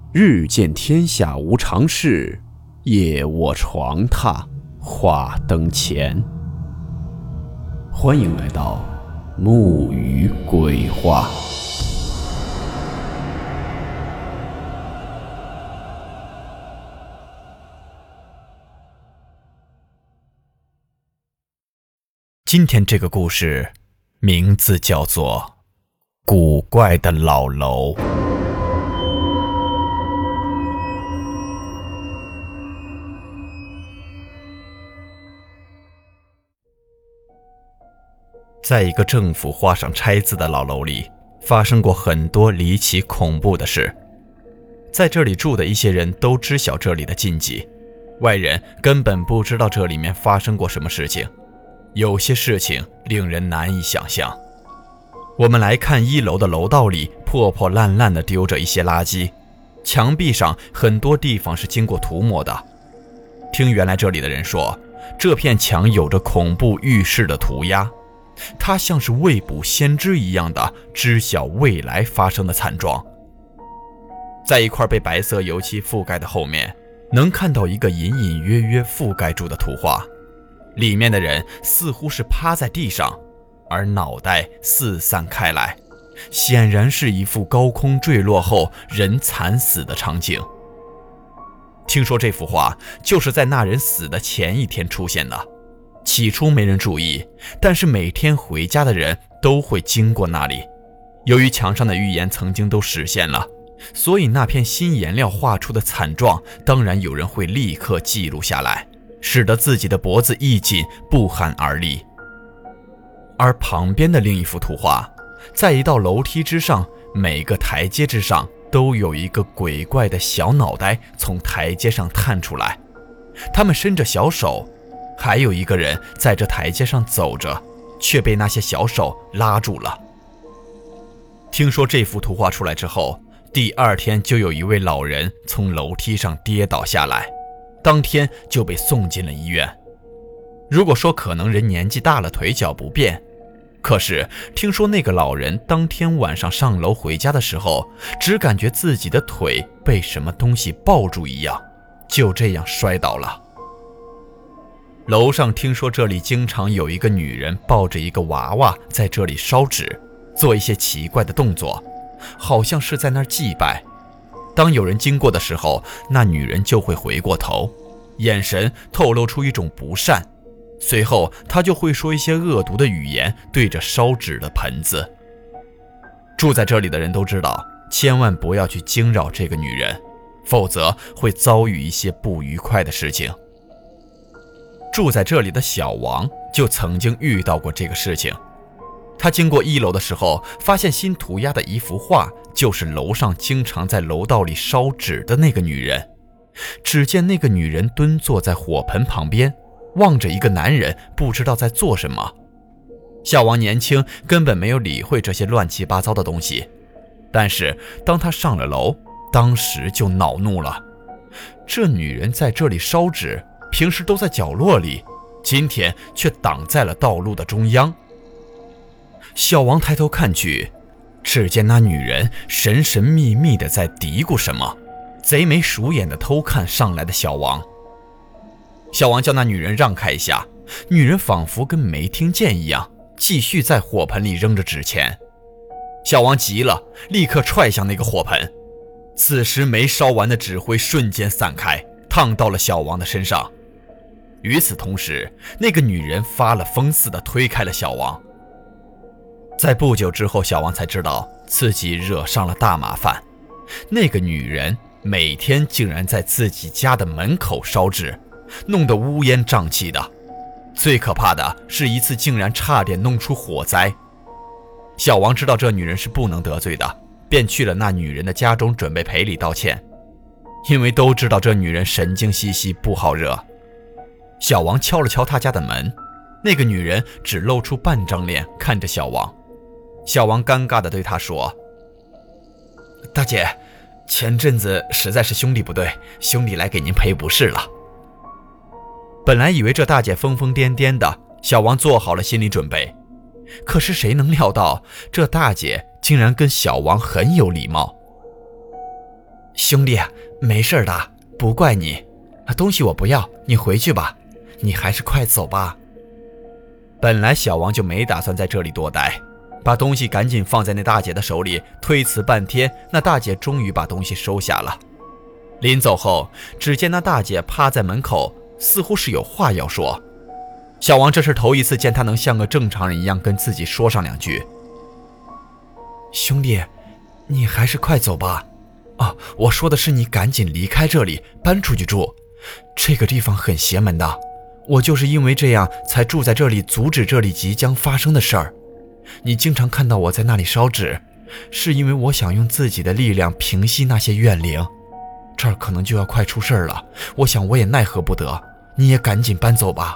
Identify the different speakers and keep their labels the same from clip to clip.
Speaker 1: 日见天下无常事，夜卧床榻话灯前。欢迎来到木鱼鬼话。
Speaker 2: 今天这个故事名字叫做《古怪的老楼》。在一个政府画上拆字的老楼里，发生过很多离奇恐怖的事。在这里住的一些人都知晓这里的禁忌，外人根本不知道这里面发生过什么事情。有些事情令人难以想象。我们来看1楼的楼道里破破烂烂地丢着一些垃圾，墙壁上很多地方是经过涂抹的。听原来这里的人说，这片墙有着恐怖预示的涂鸦，它像是未卜先知一样的知晓未来发生的惨状。在一块被白色油漆覆盖的后面，能看到一个隐隐约约覆盖住的图画，里面的人似乎是趴在地上，而脑袋四散开来，显然是一幅高空坠落后人惨死的场景。听说这幅画就是在那人死的前一天出现的，起初没人注意，但是每天回家的人都会经过那里。由于墙上的预言曾经都实现了，所以那片新颜料画出的惨状当然有人会立刻记录下来，使得自己的脖子一紧，不寒而栗。而旁边的另一幅图画，在一道楼梯之上，每个台阶之上都有一个鬼怪的小脑袋从台阶上探出来，他们伸着小手，还有一个人在这台阶上走着，却被那些小手拉住了。听说这幅图画出来之后，第二天就有一位老人从楼梯上跌倒下来，当天就被送进了医院。如果说可能人年纪大了腿脚不便，可是听说那个老人当天晚上上楼回家的时候，只感觉自己的腿被什么东西抱住一样，就这样摔倒了。楼上听说这里经常有一个女人抱着一个娃娃在这里烧纸，做一些奇怪的动作，好像是在那儿祭拜。当有人经过的时候，那女人就会回过头，眼神透露出一种不善，随后她就会说一些恶毒的语言，对着烧纸的盆子。住在这里的人都知道，千万不要去惊扰这个女人，否则会遭遇一些不愉快的事情。住在这里的小王就曾经遇到过这个事情。他经过1楼的时候，发现新涂鸦的一幅画就是楼上经常在楼道里烧纸的那个女人。只见那个女人蹲坐在火盆旁边，望着一个男人，不知道在做什么。小王年轻，根本没有理会这些乱七八糟的东西，但是当他上了楼，当时就恼怒了。这女人在这里烧纸，平时都在角落里，今天却挡在了道路的中央。小王抬头看去，只见那女人神神秘秘地在嘀咕什么，贼眉鼠眼地偷看上来的小王。小王叫那女人让开一下，女人仿佛跟没听见一样，继续在火盆里扔着纸钱。小王急了，立刻踹向那个火盆，此时没烧完的纸灰瞬间散开，烫到了小王的身上。与此同时，那个女人发了疯似的推开了小王。在不久之后，小王才知道自己惹上了大麻烦。那个女人每天竟然在自己家的门口烧纸，弄得乌烟瘴气的。最可怕的是一次竟然差点弄出火灾。小王知道这女人是不能得罪的，便去了那女人的家中准备赔礼道歉，因为都知道这女人神经兮兮，不好惹。小王敲了敲她家的门，那个女人只露出半张脸看着小王。小王尴尬地对她说：“大姐，前阵子实在是兄弟不对，兄弟来给您赔不是了。”本来以为这大姐疯疯癫癫的，小王做好了心理准备，可是谁能料到这大姐竟然跟小王很有礼貌。 兄弟，没事的，不怪你，东西我不要，你回去吧，你还是快走吧。本来小王就没打算在这里多待，把东西赶紧放在那大姐的手里，推辞半天，那大姐终于把东西收下了。临走后，只见那大姐趴在门口，似乎是有话要说。小王这是头一次见她能像个正常人一样跟自己说上两句。兄弟，你还是快走吧。我说的是你赶紧离开这里，搬出去住。这个地方很邪门的，我就是因为这样才住在这里，阻止这里即将发生的事儿。你经常看到我在那里烧纸，是因为我想用自己的力量平息那些怨灵。这儿可能就要快出事儿了，我想我也奈何不得，你也赶紧搬走吧。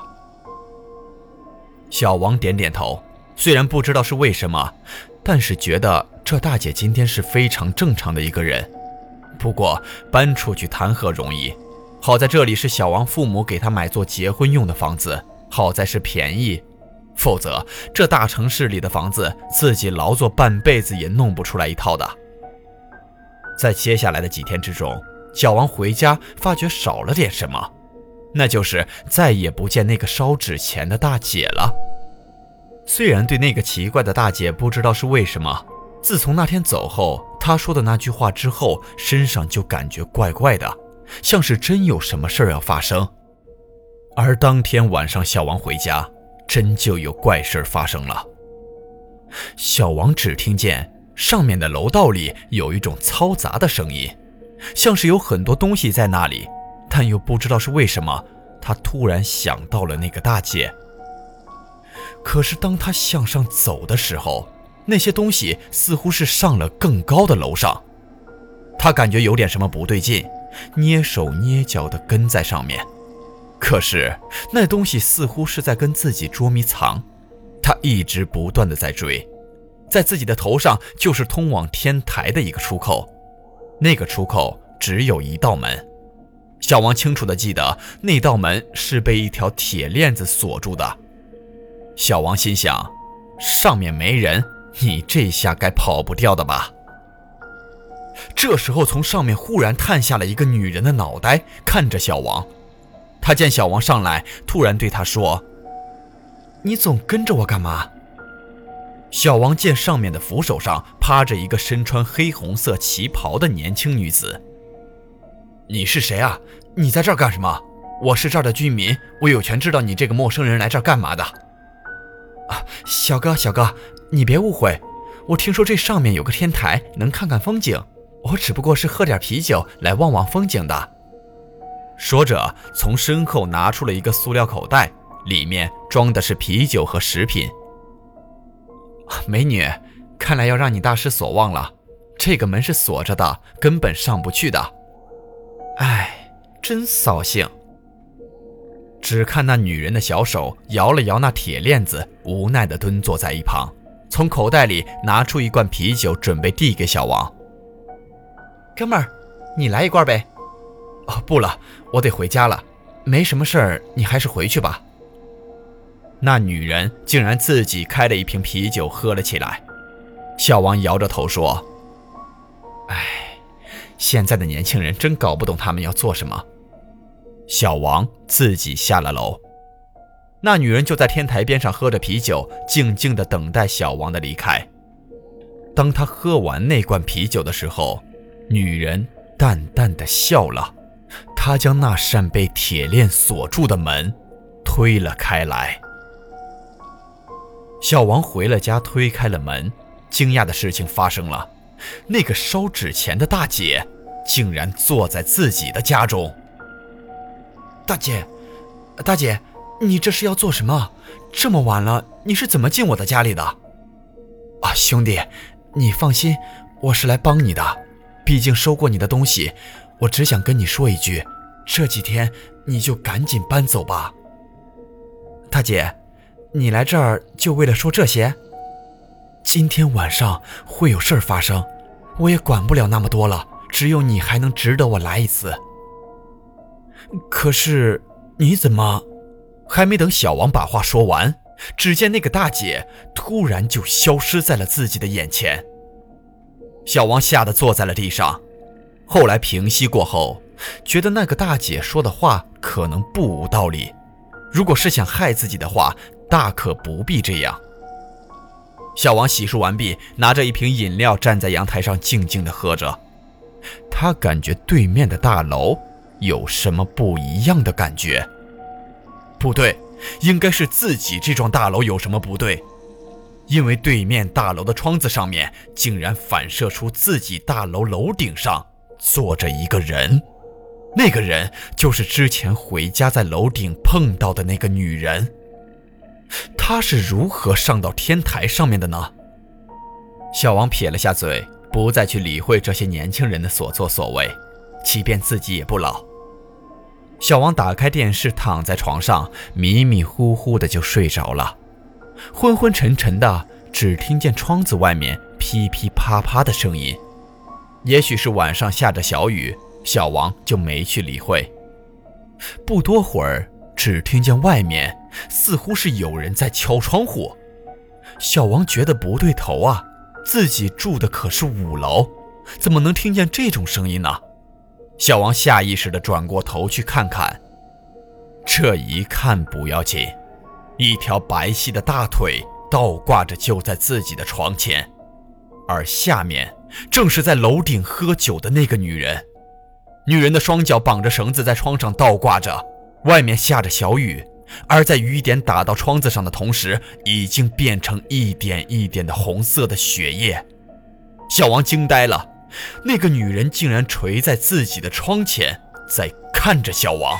Speaker 2: 小王点点头，虽然不知道是为什么，但是觉得这大姐今天是非常正常的一个人。不过搬出去谈何容易，好在这里是小王父母给他买做结婚用的房子，好在是便宜，否则这大城市里的房子自己劳作半辈子也弄不出来一套的。在接下来的几天之中，小王回家发觉少了点什么，那就是再也不见那个烧纸钱的大姐了。虽然对那个奇怪的大姐不知道是为什么，自从那天走后，她说的那句话之后，身上就感觉怪怪的，像是真有什么事要发生。而当天晚上小王回家，真就有怪事发生了。小王只听见上面的楼道里有一种嘈杂的声音，像是有很多东西在那里，但又不知道是为什么，他突然想到了那个大姐。可是当他向上走的时候，那些东西似乎是上了更高的楼上。他感觉有点什么不对劲，蹑手蹑脚地跟在上面。可是那东西似乎是在跟自己捉迷藏，他一直不断地在追。在自己的头上就是通往天台的一个出口，那个出口只有一道门。小王清楚地记得那道门是被一条铁链子锁住的。小王心想，上面没人，你这下该跑不掉的吧。这时候从上面忽然探下了一个女人的脑袋，看着小王。他见小王上来，突然对他说，你总跟着我干嘛？小王见上面的扶手上趴着一个身穿黑红色旗袍的年轻女子。你是谁啊？你在这儿干什么？我是这儿的居民，我有权知道你这个陌生人来这儿干嘛的。小哥，你别误会，我听说这上面有个天台，能看看风景，我只不过是喝点啤酒来望望风景的。说着从身后拿出了一个塑料口袋，里面装的是啤酒和食品。美女，看来要让你大失所望了，这个门是锁着的，根本上不去的。真扫兴。只看那女人的小手摇了摇那铁链子，无奈地蹲坐在一旁，从口袋里拿出一罐啤酒，准备递给小王。哥们儿，你来一罐呗。不了，我得回家了，没什么事儿，你还是回去吧。那女人竟然自己开了一瓶啤酒喝了起来。小王摇着头说，现在的年轻人真搞不懂他们要做什么。小王自己下了楼，那女人就在天台边上喝着啤酒，静静地等待小王的离开。当他喝完那罐啤酒的时候，女人淡淡地笑了，她将那扇被铁链锁住的门推了开来。小王回了家，推开了门，惊讶的事情发生了，那个烧纸钱的大姐竟然坐在自己的家中。大姐，你这是要做什么？这么晚了，你是怎么进我的家里的？兄弟，你放心，我是来帮你的，毕竟收过你的东西，我只想跟你说一句，这几天你就赶紧搬走吧。大姐，你来这儿就为了说这些？今天晚上会有事儿发生，我也管不了那么多了，只有你还能值得我来一次。可是你怎么……还没等小王把话说完，只见那个大姐突然就消失在了自己的眼前。小王吓得坐在了地上， 后来平息过后，觉得那个大姐说的话可能不无道理，如果是想害自己的话，大可不必这样。小王洗漱完毕，拿着一瓶饮料站在阳台上静静地喝着。他感觉对面的大楼有什么不一样的感觉。不对，应该是自己这幢大楼有什么不对，因为对面大楼的窗子上面竟然反射出自己大楼楼顶上坐着一个人。那个人就是之前回家在楼顶碰到的那个女人。她是如何上到天台上面的呢？小王撇了下嘴，不再去理会这些年轻人的所作所为，即便自己也不老。小王打开电视，躺在床上，迷迷糊糊的就睡着了。昏昏沉沉的，只听见窗子外面噼噼啪啪的声音。也许是晚上下着小雨，小王就没去理会。不多会儿，只听见外面似乎是有人在敲窗户。小王觉得不对头啊，自己住的可是5楼，怎么能听见这种声音呢？小王下意识地转过头去看看，这一看不要紧，一条白皙的大腿倒挂着就在自己的床前，而下面正是在楼顶喝酒的那个女人。女人的双脚绑着绳子在窗上倒挂着，外面下着小雨，而在雨点打到窗子上的同时，已经变成一点一点的红色的血液。小王惊呆了，那个女人竟然垂在自己的窗前，在看着小王。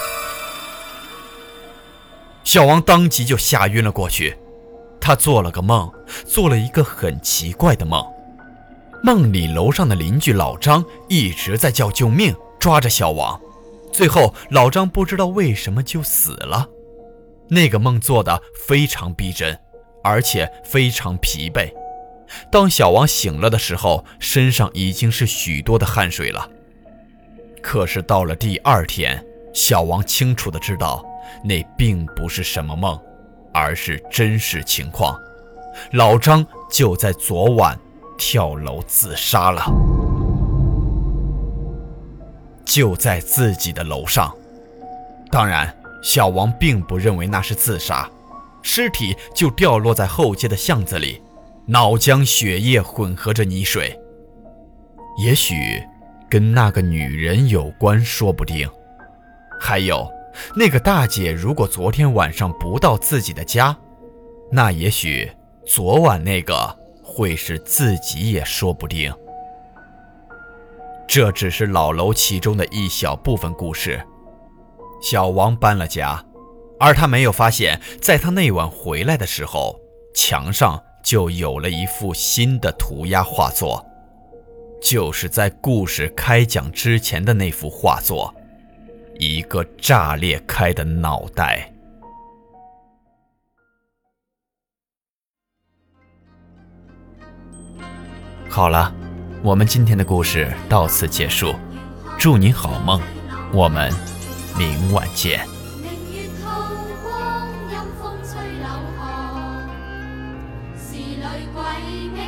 Speaker 2: 小王当即就吓晕了过去。他做了个梦，做了一个很奇怪的梦。梦里楼上的邻居老张一直在叫救命，抓着小王，最后老张不知道为什么就死了。那个梦做得非常逼真，而且非常疲惫。当小王醒了的时候，身上已经是许多的汗水了。可是到了第2天，小王清楚地知道，那并不是什么梦，而是真实情况。老张就在昨晚跳楼自杀了，就在自己的楼上。当然，小王并不认为那是自杀，尸体就掉落在后街的巷子里，脑浆血液混合着泥水。也许跟那个女人有关说不定。还有，那个大姐如果昨天晚上不到自己的家，那也许昨晚那个会是自己也说不定。这只是老楼其中的一小部分故事。小王搬了家，而他没有发现，在他那晚回来的时候，墙上就有了一幅新的涂鸦画作，就是在故事开讲之前的那幅画作，一个炸裂开的脑袋。好了，我们今天的故事到此结束，祝您好梦，我们明晚见。
Speaker 3: 明月透光，阴风吹柳巷，是女鬼。